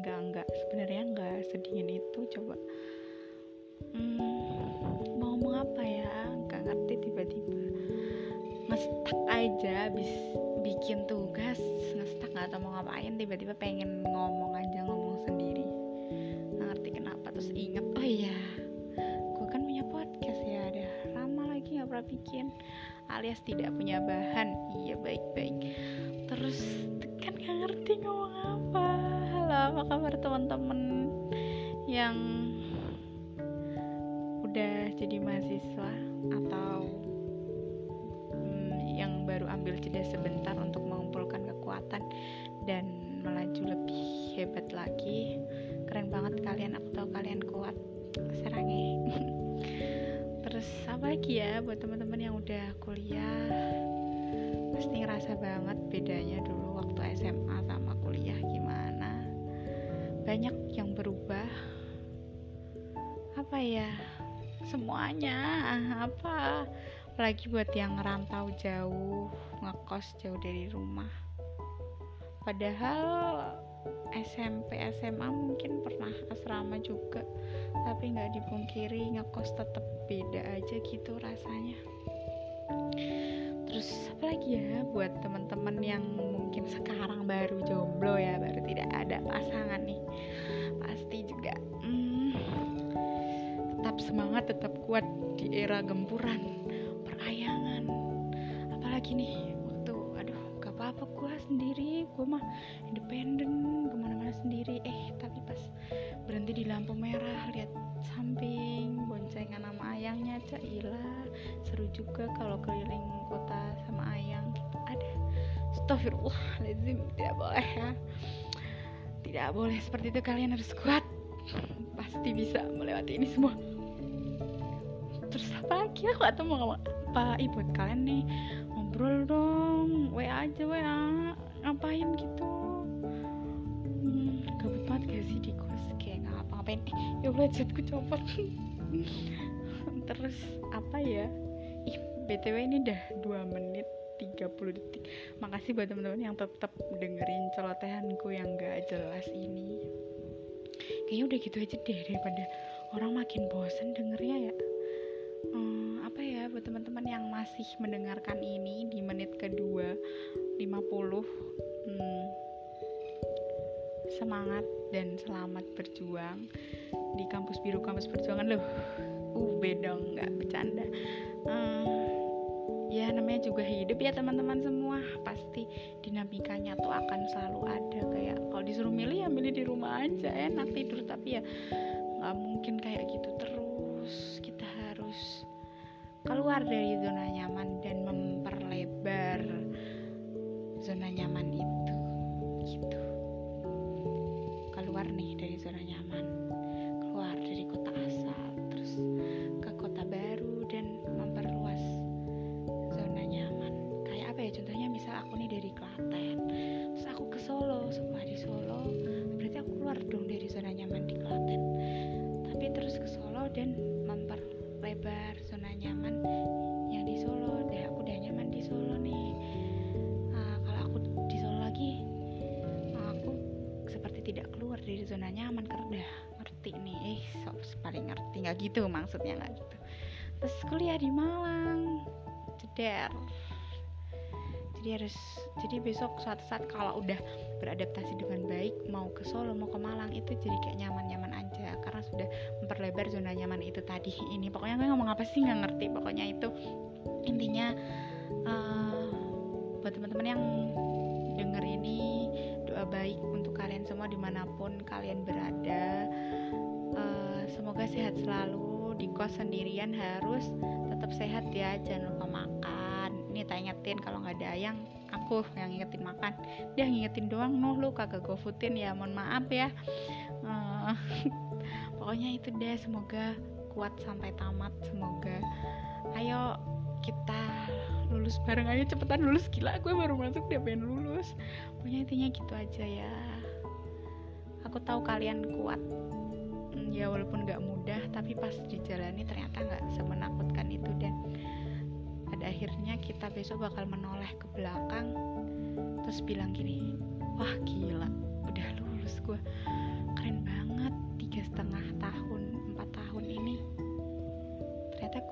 enggak sebenarnya enggak sedingin itu. Coba mau ngomong apa ya, nggak ngerti, tiba-tiba ngestak aja habis bikin tugas, ngestak nggak tahu mau ngapain, tiba-tiba pengen ngomong sendiri, nggak ngerti kenapa. Terus inget, oh iya gue kan punya podcast ya, ada lama lagi nggak pernah bikin, alias tidak punya bahan. Iya baik. Terus kan nggak ngerti ngomong apa. Halo, apa kabar teman-teman yang udah jadi mahasiswa atau yang baru ambil jeda sebentar untuk mengumpulkan kekuatan dan melaju lebih hebat lagi. Keren banget kalian, aku tahu kalian kuat. Sarange. Terus apa lagi ya, buat teman-teman yang udah kuliah pasti ngerasa banget bedanya dulu waktu SMA sama kuliah gimana. Banyak yang berubah. Apa ya, semuanya apalagi buat yang ngerantau jauh, ngekos jauh dari rumah. Padahal SMP SMA mungkin pernah asrama juga, tapi nggak dipungkiri ngekos tetap beda aja gitu rasanya. Terus apalagi ya buat teman-teman yang mungkin sekarang baru jomblo ya, baru tidak ada pasangan nih, pasti juga tetap semangat, tetap kuat di era gempuran perayangan. Apalagi nih waktu gak apa-apa gue sendiri, gue mah independen, kemana-mana sendiri. Tapi pas berhenti di lampu merah, lihat samping boncengan sama ayangnya, cailah seru juga kalau keliling kota sama ayang gitu. Ada, astagfirullahaladzim, tidak boleh ya, tidak boleh seperti itu. Kalian harus kuat, pasti bisa melewati ini semua. Terus apa lagi, aku gak tau mau ngomong apa. Buat kalian nih, ngobrol dong, WA aja, ngapain gitu. Gabut banget gak sih di kos, kayak gak ngapa-ngapain. Ya Allah, chatku copot. Terus apa ya, BTW ini udah 2 menit 30 detik. Makasih buat teman-teman yang tetap dengerin celotehanku yang gak jelas ini. Kayaknya udah gitu aja deh, daripada orang makin bosan dengernya ya. Apa ya, buat teman-teman yang masih mendengarkan ini di menit kedua 50, semangat dan selamat berjuang di kampus biru, kampus perjuangan loh. Beda, nggak bercanda. Ya namanya juga hidup ya teman-teman semua, pasti dinamikanya tuh akan selalu ada. Kayak kalau disuruh milih ya milih di rumah aja, enak tidur. Tapi ya nggak mungkin kayak gitu terus. Kita harus keluar dari zona nyaman dan memperlebar zona nyaman itu gitu. Keluar nih dari zona nyaman, keluar dari kota asal, terus ke kota baru dan memperluas zona nyaman. Kayak apa ya, contohnya misal aku nih dari Klaten, terus aku ke Solo. Setelah di Solo berarti aku keluar dong dari zona nyaman di Klaten, tapi terus ke Solo dan memperlebar zona nyaman yang di Solo. Aku udah nyaman di Solo nih. Kalau aku di Solo lagi, aku seperti tidak keluar dari zona nyaman karena udah ngerti nih. Paling ngerti, nggak gitu maksudnya, nggak gitu. Terus kuliah di Malang, ceder. Jadi besok suatu saat kalau udah beradaptasi dengan baik, mau ke Solo mau ke Malang, itu jadi kayak nyaman-nyaman aja karena sudah memperlebar zona nyaman itu tadi. Ini pokoknya gue ngomong apa sih nggak ngerti. Pokoknya itu intinya. Buat teman-teman yang denger ini, doa baik untuk kalian semua dimanapun kalian berada. Semoga sehat selalu. Di kos sendirian harus tetap sehat ya, jangan lupa makan. Ini tak ingetin, kalau nggak ada ayang, aku yang ngingetin makan. Dia ngingetin doang, lu kagak gofoodin ya, mohon maaf ya. Pokoknya itu deh, semoga kuat sampai tamat. Semoga ayo kita lulus bareng, ayo cepetan lulus, gila gue baru masuk dia pengen lulus. Pokoknya intinya gitu aja ya. Aku tahu kalian kuat ya, walaupun gak mudah, tapi pas dijalani ternyata gak semenakutkan itu. Dan pada akhirnya kita besok bakal menoleh ke belakang terus bilang gini, wah gila udah lulus gue.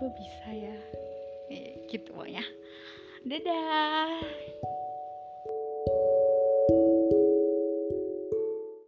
gue bisa ya. Gitu pokoknya. Dadah.